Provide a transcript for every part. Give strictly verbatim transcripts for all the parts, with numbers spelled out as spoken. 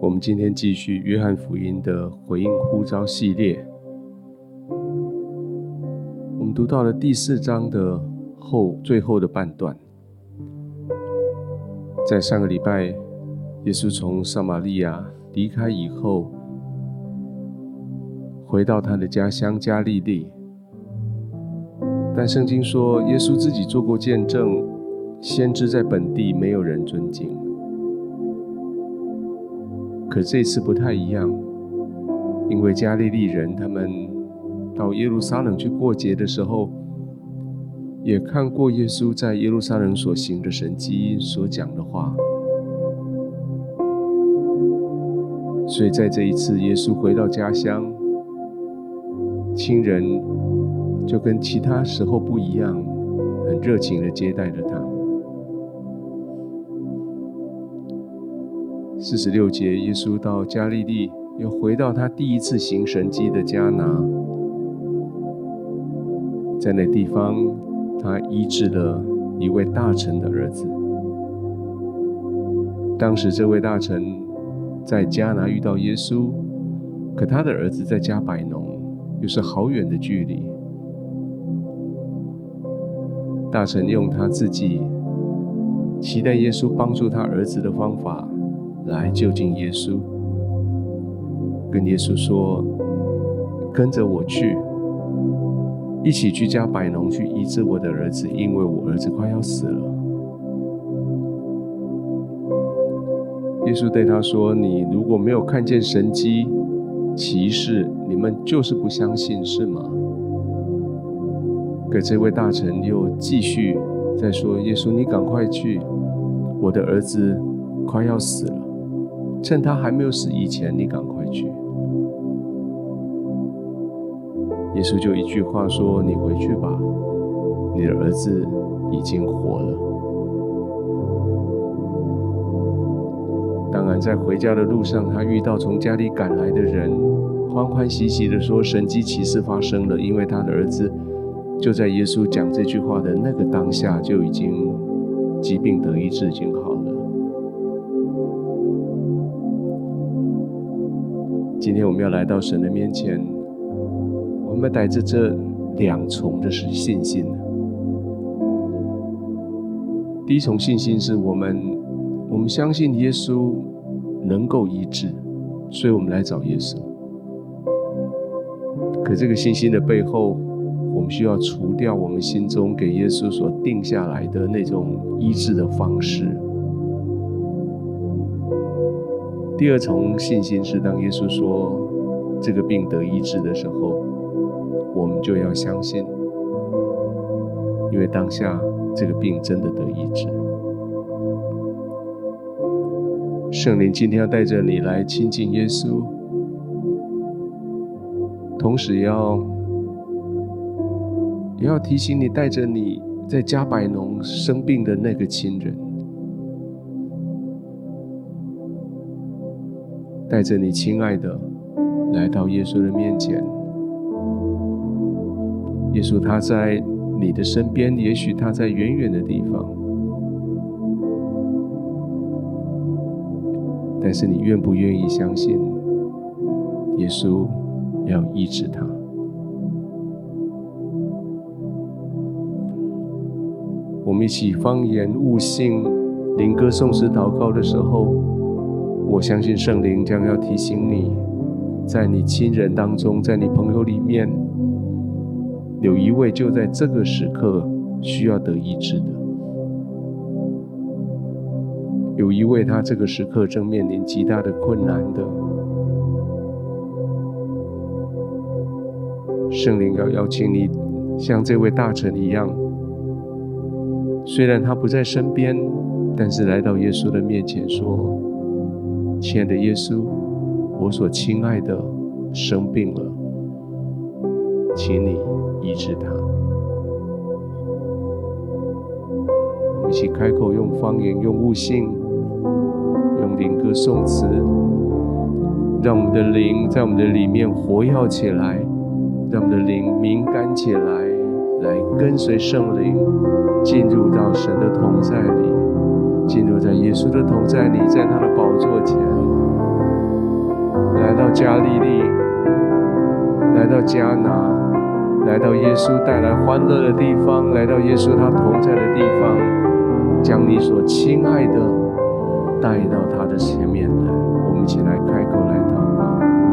我们今天继续约翰福音的回应呼召系列，我们读到了第四章的后最后的半段。在上个礼拜，耶稣从撒玛利亚离开以后，回到他的家乡加利利。但圣经说，耶稣自己做过见证，先知在本地没有人尊敬。可这次不太一样，因为加利利人他们到耶路撒冷去过节的时候，也看过耶稣在耶路撒冷所行的神迹，所讲的话。所以在这一次耶稣回到家乡，亲人就跟其他时候不一样，很热情地接待着他。四十六节，耶稣到加利利，又回到他第一次行神迹的迦拿，在那地方，他医治了一位大臣的儿子。当时这位大臣在迦拿遇到耶稣，可他的儿子在加百农，又是好远的距离。大臣用他自己期待耶稣帮助他儿子的方法来就近耶稣，跟耶稣说：“跟着我去，一起去加百农去医治我的儿子，因为我儿子快要死了。”耶稣对他说：“你如果没有看见神迹奇事，你们就是不相信，是吗？”可这位大臣又继续在说：“耶稣，你赶快去，我的儿子快要死了，趁他还没有死以前，你赶快去。”耶稣就一句话说：“你回去吧，你的儿子已经活了。”当然，在回家的路上，他遇到从家里赶来的人，欢欢喜喜地说：“神迹奇事发生了，因为他的儿子就在耶稣讲这句话的那个当下，就已经疾病得医治，已经好了。”今天我们要来到神的面前，我们带着这两重的信心。第一重信心是我们，我们相信耶稣能够医治，所以我们来找耶稣。可这个信心的背后，我们需要除掉我们心中给耶稣所定下来的那种医治的方式。第二重信心是，当耶稣说这个病得医治的时候，我们就要相信，因为当下这个病真的得医治。圣灵今天要带着你来亲近耶稣，同时也要也要提醒你，带着你在加百农生病的那个亲人，带着你亲爱的来到耶稣的面前。耶稣他在你的身边，也许他在远远的地方，但是你愿不愿意相信耶稣要医治他？我们一起方言悟性灵歌颂诗祷告的时候，我相信圣灵将要提醒你，在你亲人当中，在你朋友里面，有一位就在这个时刻需要得医治的，有一位他这个时刻正面临极大的困难的。圣灵要邀请你像这位大臣一样，虽然他不在身边，但是来到耶稣的面前说：“亲爱的耶稣，我所亲爱的生病了，请你医治他。”我们一起开口，用方言，用悟性，用灵歌颂词，让我们的灵在我们的里面活跃起来，让我们的灵敏感起来，来跟随圣灵进入到神的同在里，进入在耶稣的同在里，在他的宝座前， 来到加利利，来到迦拿，来到耶稣带来欢乐的地方，来到耶稣他同在的地方，将你所亲爱的带到他的前面来。我们一起来开口来祷告。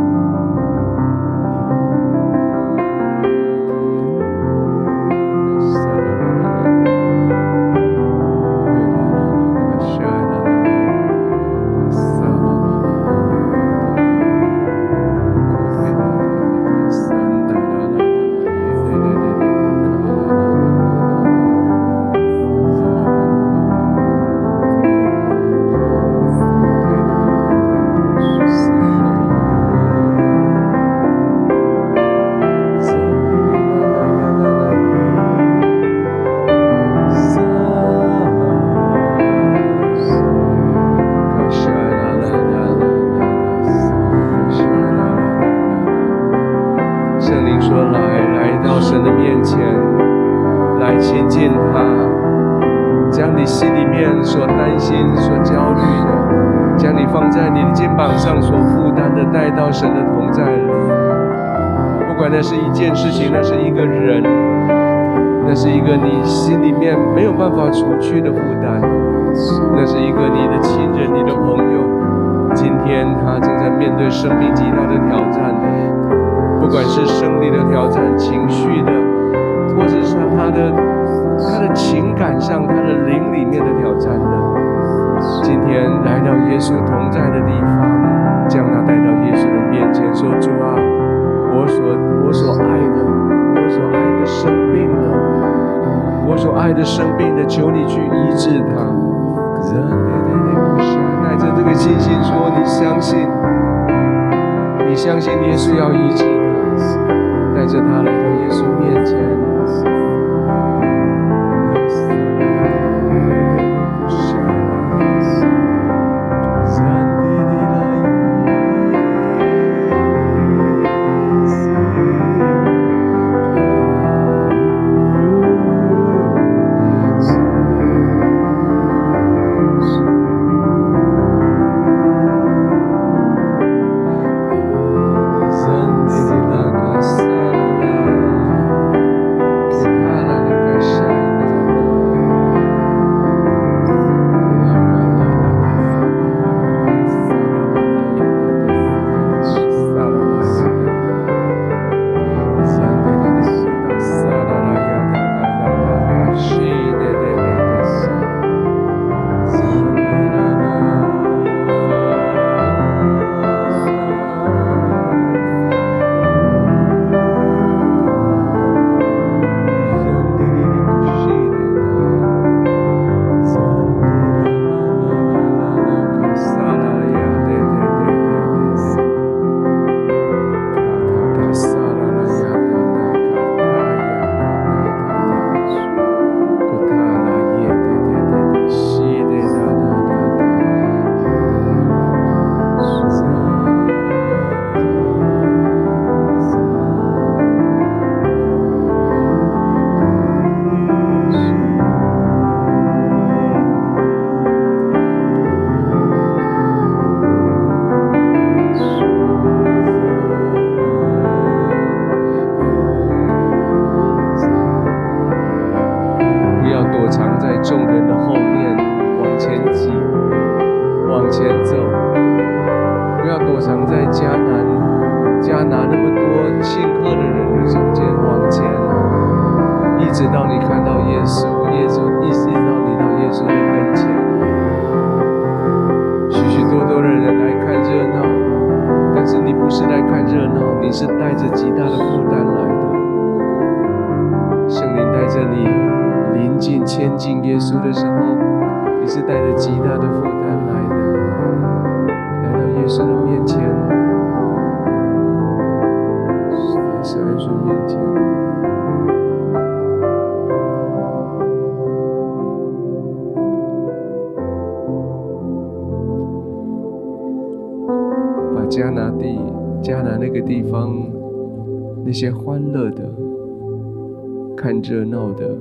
带到神的同在里，不管那是一件事情，那是一个人，那是一个你心里面没有办法除去的负担，那是一个你的亲人、你的朋友，今天他正在面对生命极大的挑战的，不管是生理的挑战、情绪的，或者是他的他的情感上、他的灵里面的挑战的，今天来到耶稣同在的地方。将他带到耶稣的面前，说：“主啊，我所我所爱的，我所爱的生病了，我所爱的生病的，求你去医治他。”带着这个信心说：“你相信，你相信耶稣要医治他，带着他来到耶稣面前。”迦拿地，迦拿那个地方，那些欢乐的、看热闹的，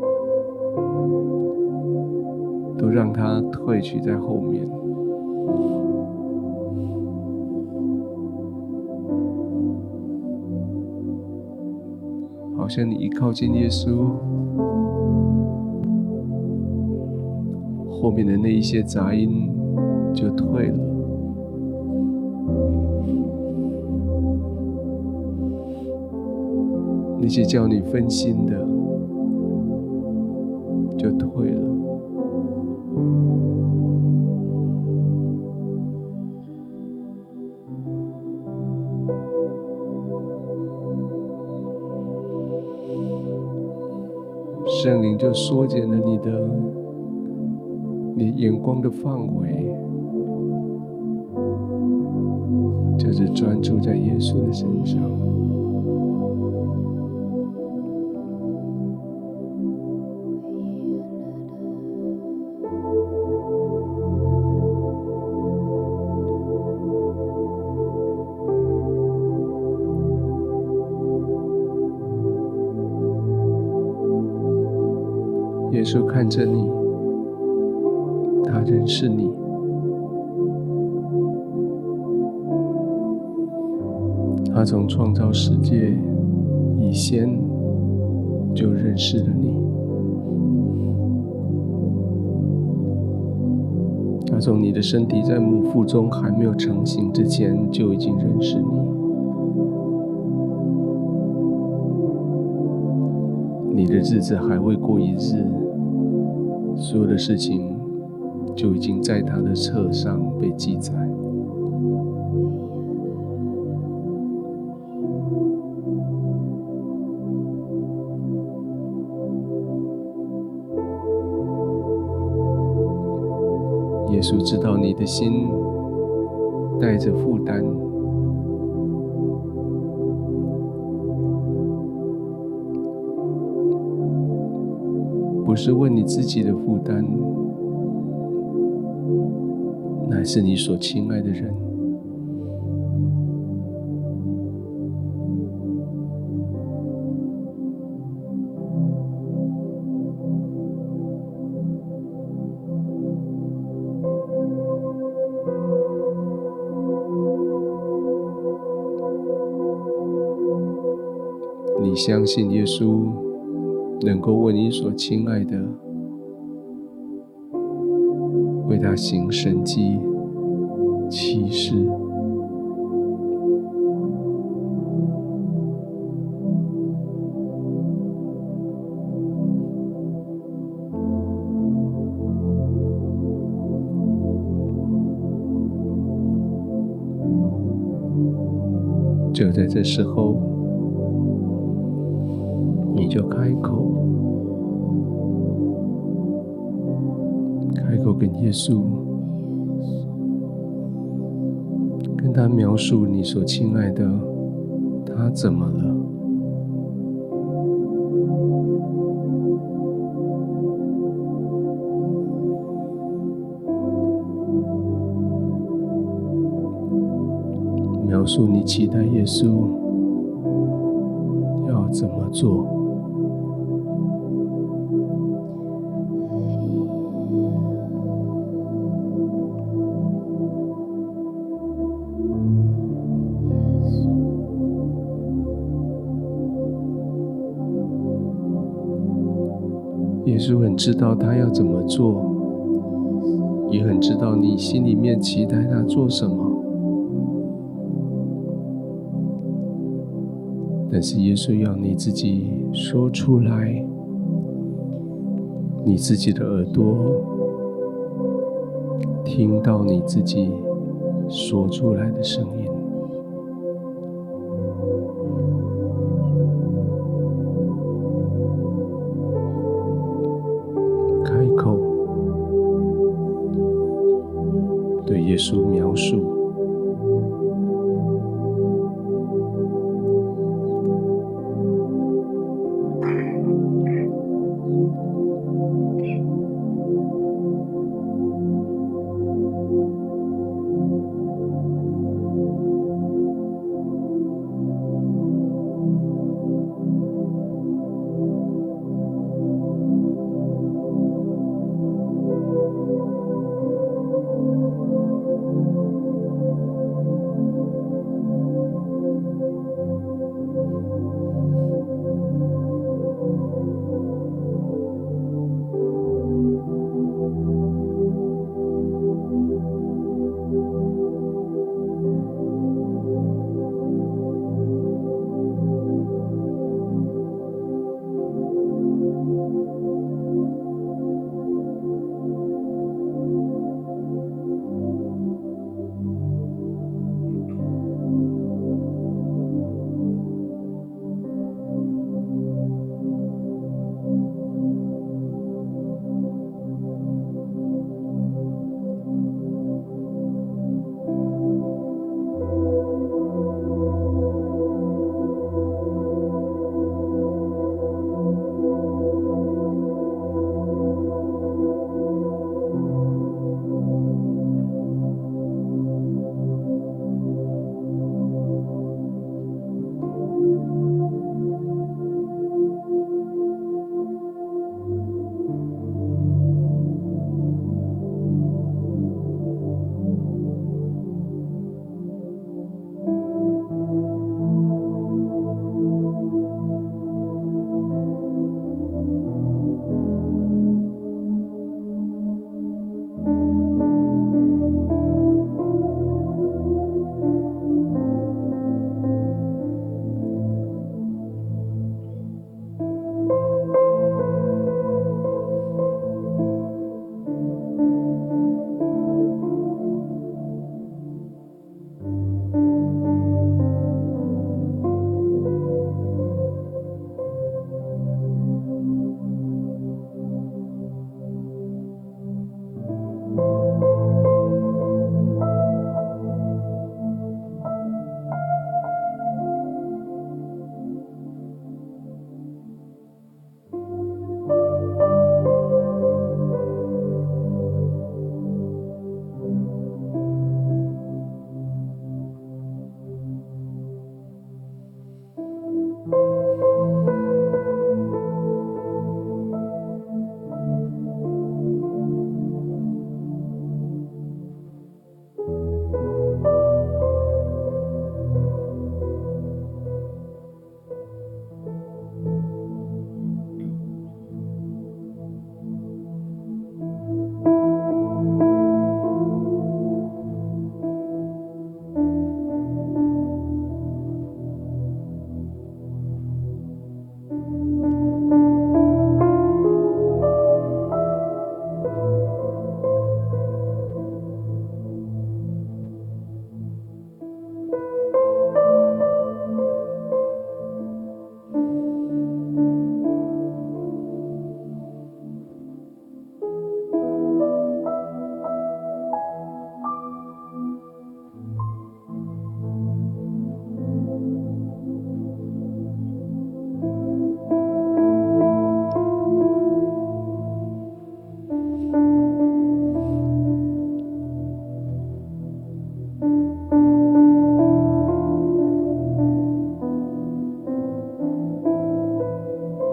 都让他退去在后面。 好像你一靠近耶稣，后面的那一些杂音就退了。那些叫你分心的就退了。圣灵就缩减了你的你眼光的范围，就是专注在耶稣的身上。耶稣看着你，他认识你，他从创造世界以前就认识了你，他从你的身体在母腹中还没有成型之前就已经认识你。你的日子还未过一日，所有的事情就已经在他的册上被记载。耶稣知道你的心带着负担，不是问你自己的负担，乃是你所亲爱的人。你相信耶稣能够为你所亲爱的，为他行神迹奇事。就在这时候，你就开口，开口跟耶稣，跟他描述你所亲爱的，他怎么了？描述你期待耶稣要怎么做。耶稣很知道他要怎么做，也很知道你心里面期待他做什么。但是耶稣要你自己说出来，你自己的耳朵听到你自己说出来的声音。开口对耶稣描述，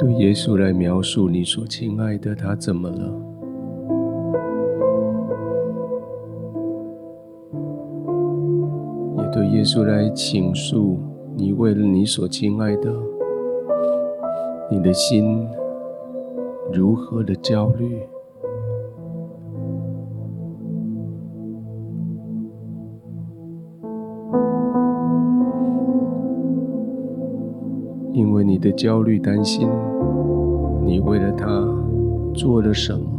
对耶稣来描述你所亲爱的他怎么了，也对耶稣来倾诉你为了你所亲爱的，你的心如何的焦虑。因为你的焦虑担心，你为了他做了什么，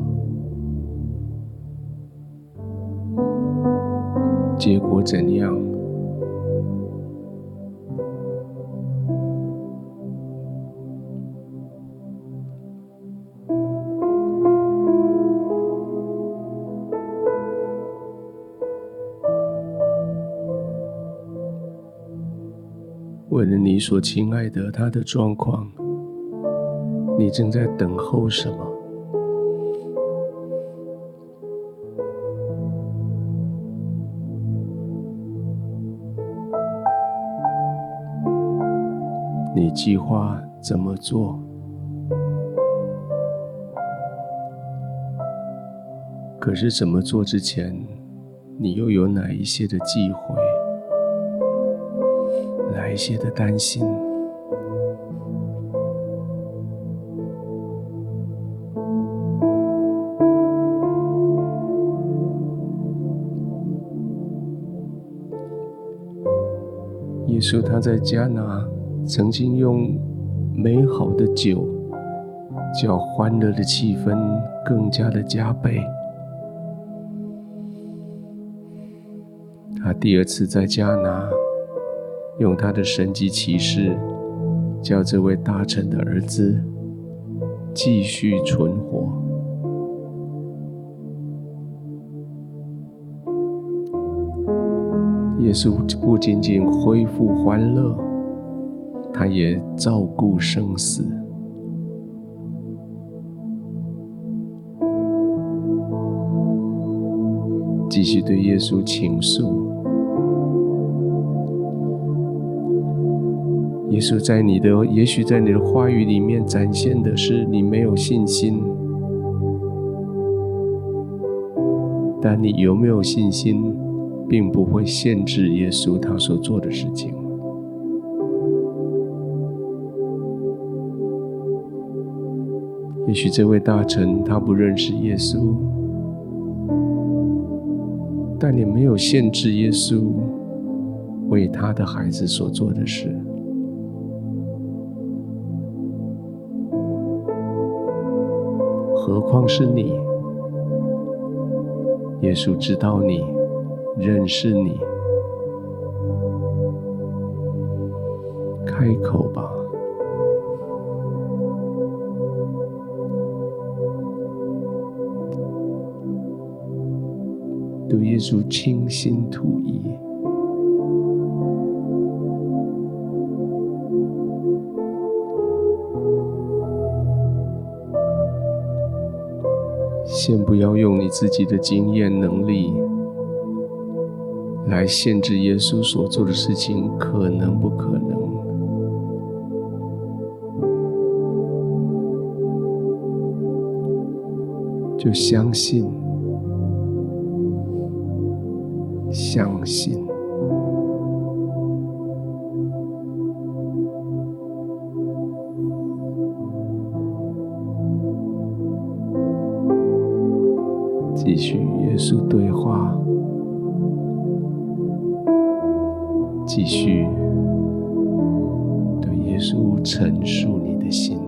结果怎样？为了你所亲爱的他的状况，你正在等候什么？你计划怎么做？可是怎么做之前，你又有哪一些的忌讳？哪一些的担心？耶稣他在迦拿曾经用美好的酒，叫欢乐的气氛更加的加倍。他第二次在迦拿用他的神迹奇事，叫这位大臣的儿子继续存活。耶稣不仅仅恢复欢乐，他也照顾生死。继续对耶稣倾诉。耶稣在你的，也许在你的话语里面展现的是你没有信心，但你有没有信心，并不会限制耶稣他所做的事情。也许这位大臣他不认识耶稣，但你没有限制耶稣为他的孩子所做的事。何况是你，耶稣知道你，认识你，开口吧。对耶稣倾心吐意。先不要用你自己的经验能力来限制耶稣所做的事情可能不可能。就相信，相信。继续与耶稣对话，继续对耶稣陈述你的心。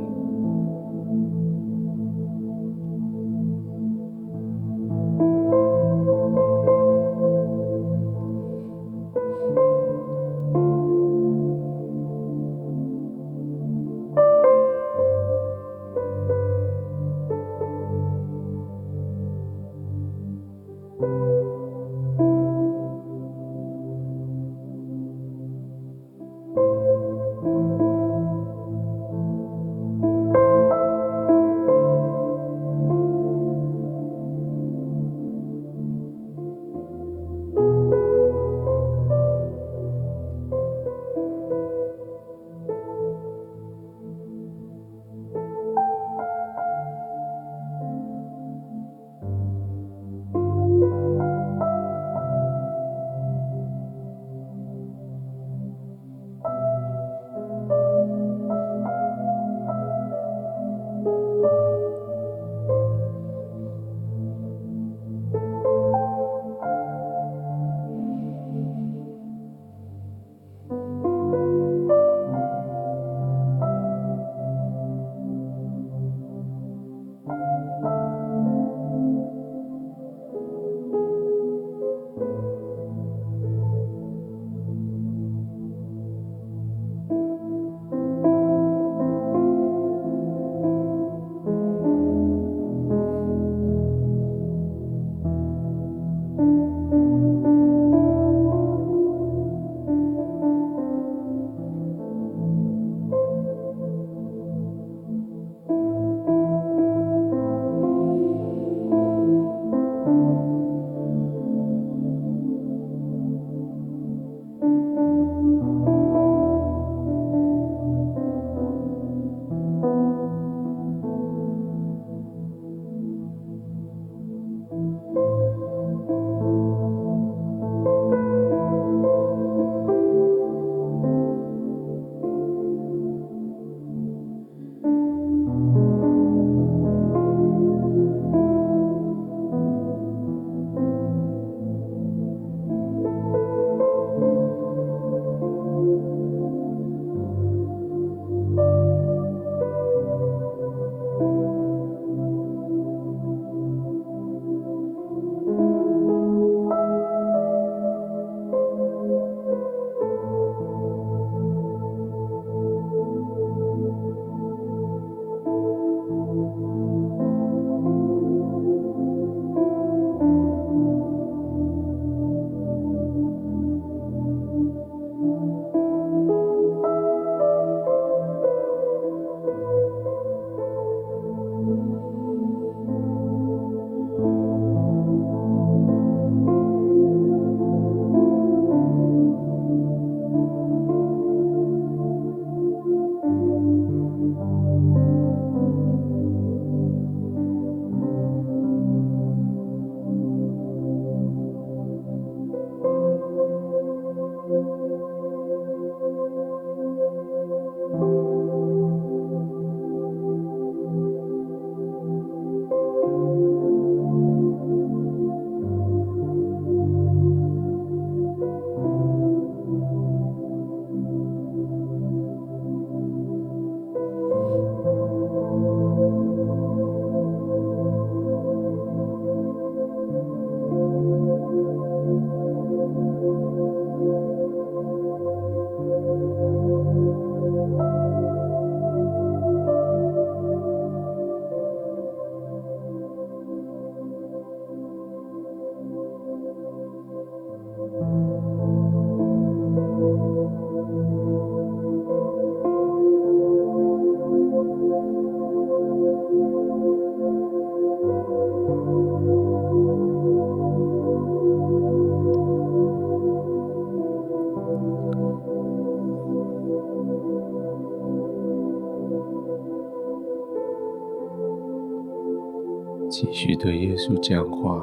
继续对耶稣讲话，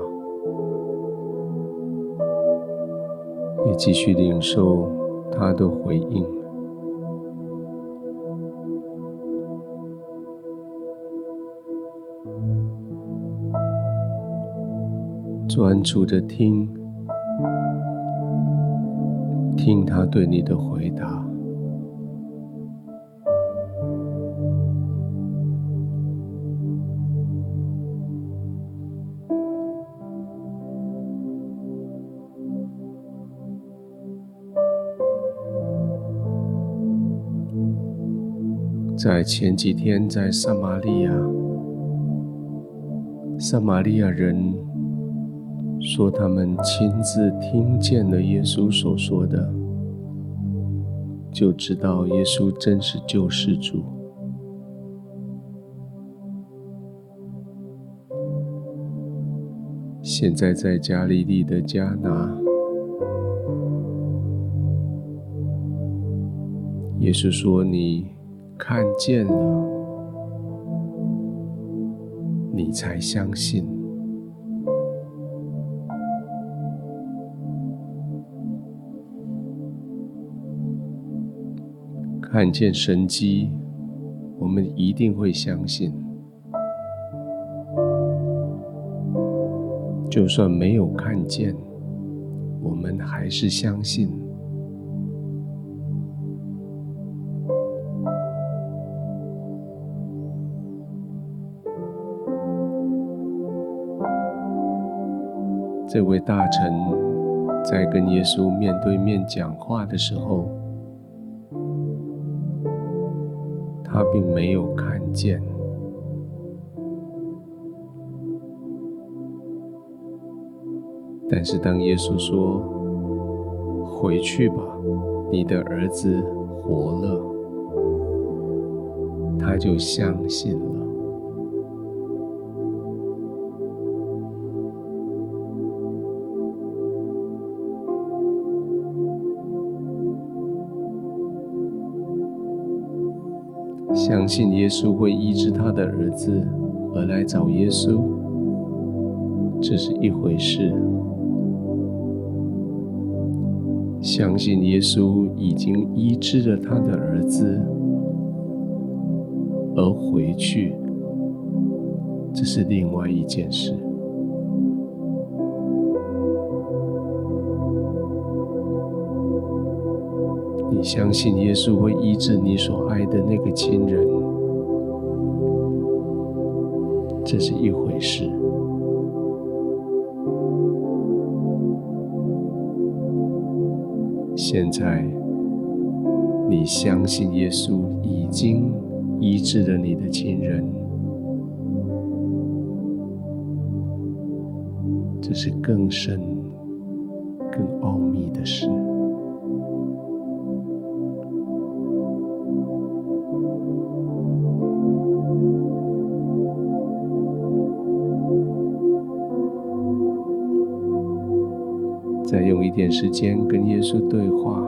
也继续领受他的回应。专注地听，听他对你的回答。在前几天，在撒玛利亚，撒玛利亚人说他们亲自听见了耶稣所说的，就知道耶稣真是救世主。现在在加利利的迦拿，耶稣说：“你看见了，你才相信。”看见神迹，我们一定会相信；就算没有看见，我们还是相信。这位大臣在跟耶稣面对面讲话的时候，他并没有看见，但是当耶稣说：“回去吧，你的儿子活了”，他就相信了。相信耶稣会医治他的儿子，而来找耶稣，这是一回事；相信耶稣已经医治了他的儿子，而回去，这是另外一件事。你相信耶稣会医治你所爱的那个亲人，这是一回事。现在，你相信耶稣已经医治了你的亲人，这是更深、更奥秘的事。再用一点时间跟耶稣对话，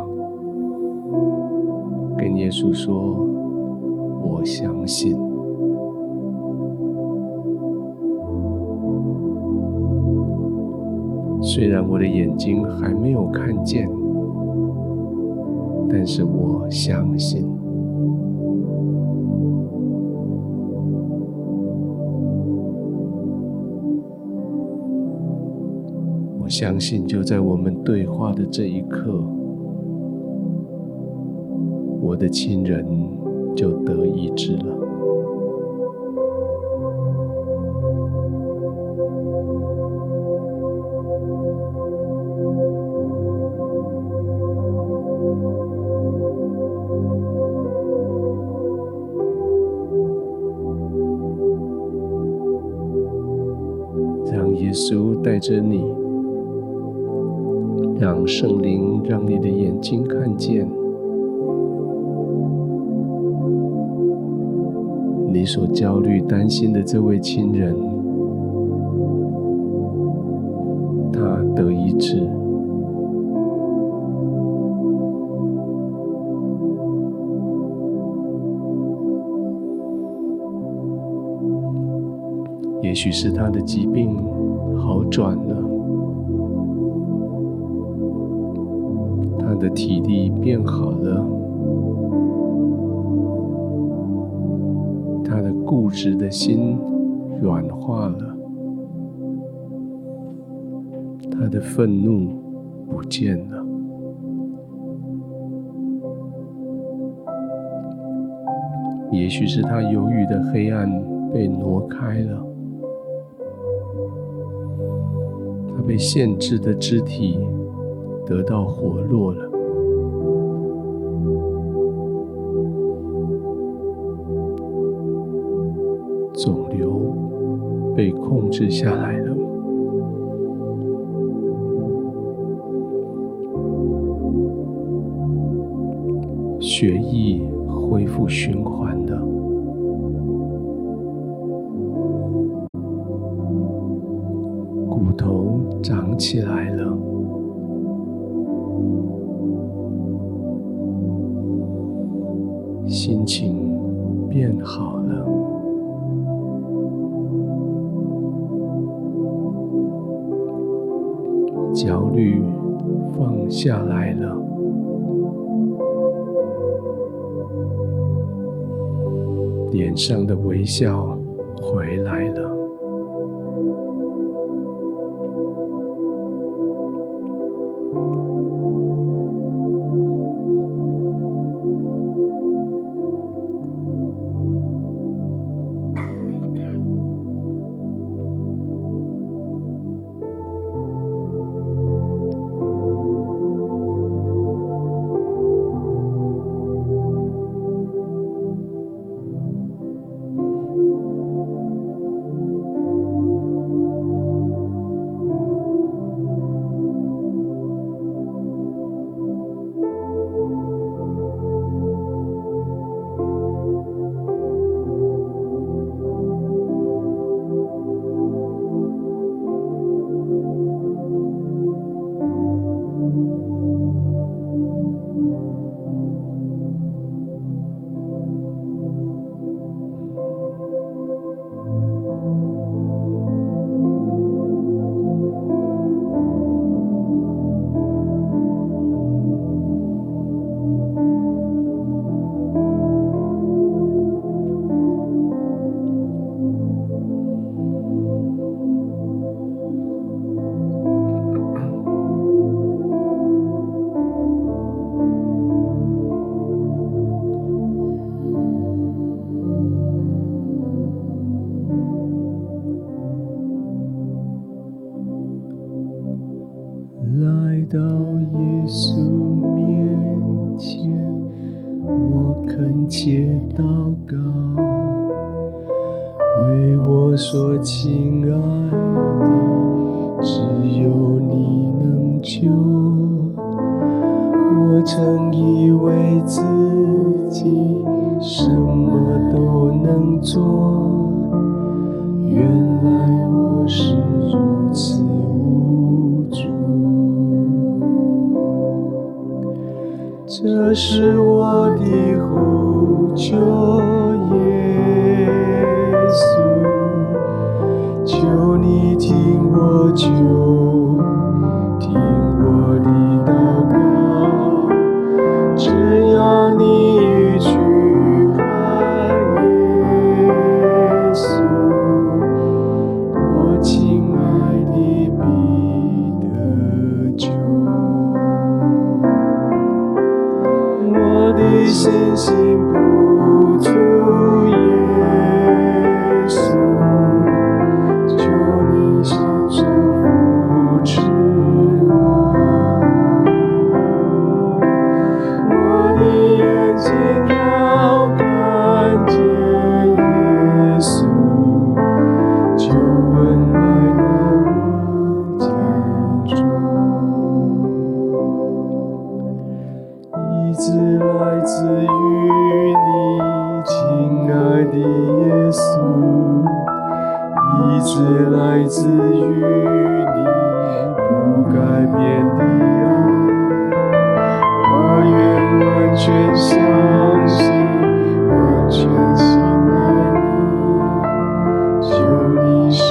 跟耶稣说：“我相信。”虽然我的眼睛还没有看见，但是我相信。我相信就在我们对话的这一刻，我的亲人就得医治了。让耶稣带着你，让圣灵让你的眼睛看见你所焦虑担心的这位亲人，他得医治。耶也许是他的疾病好转了，他的体力变好了，他的固执的心软化了，他的愤怒不见了。也许是他忧郁的黑暗被挪开了，他被限制的肢体得到活络了。肿瘤被控制下来了，血液恢复循环了，骨头长起来了，心情变好了，焦虑放下来了，脸上的微笑回来了。来到耶稣面前，我恳切祷告，为我所亲爱的，只有你能救。我曾以为自己什么都能做，原来我是如此无助。这是我的呼求，耶稣，求你听我求，听我的祷告，只要你一句话，耶稣，我亲爱的必得救。我的信心不足，耶稣，求你伸手扶持我。我的眼睛要看见耶稣，救恩来到我家中。医治来自于你，亲爱的耶稣，医治来自于你不改变的爱。我愿完全相信，完全信赖你，求你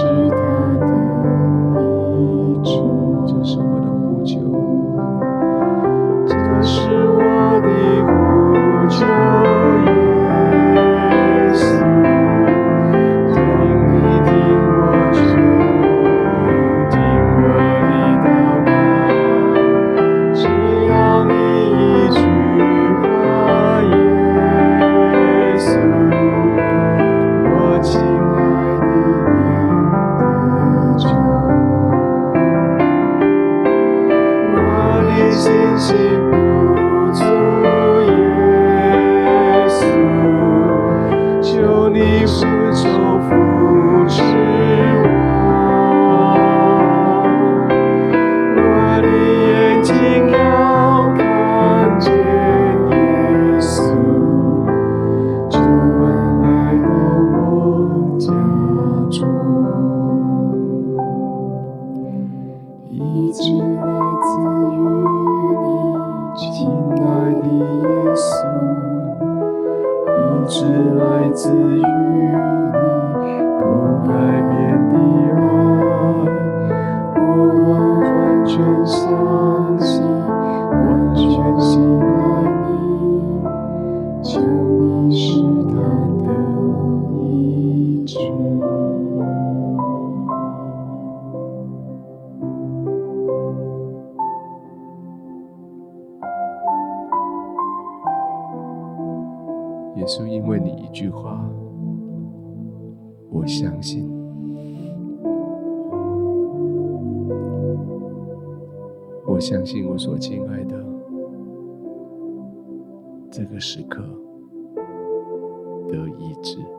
信心不足，耶稣，求你伸手扶持我，我的眼睛要看见耶稣，救恩来到我家中，医治来自于你，亲爱的耶稣，医治来自于你，不改变的爱，我完全相信，完全信赖你，求你使他得医治。 耶稣，因为你一句话，我相信。我相信我所亲爱的，这个时刻得医治。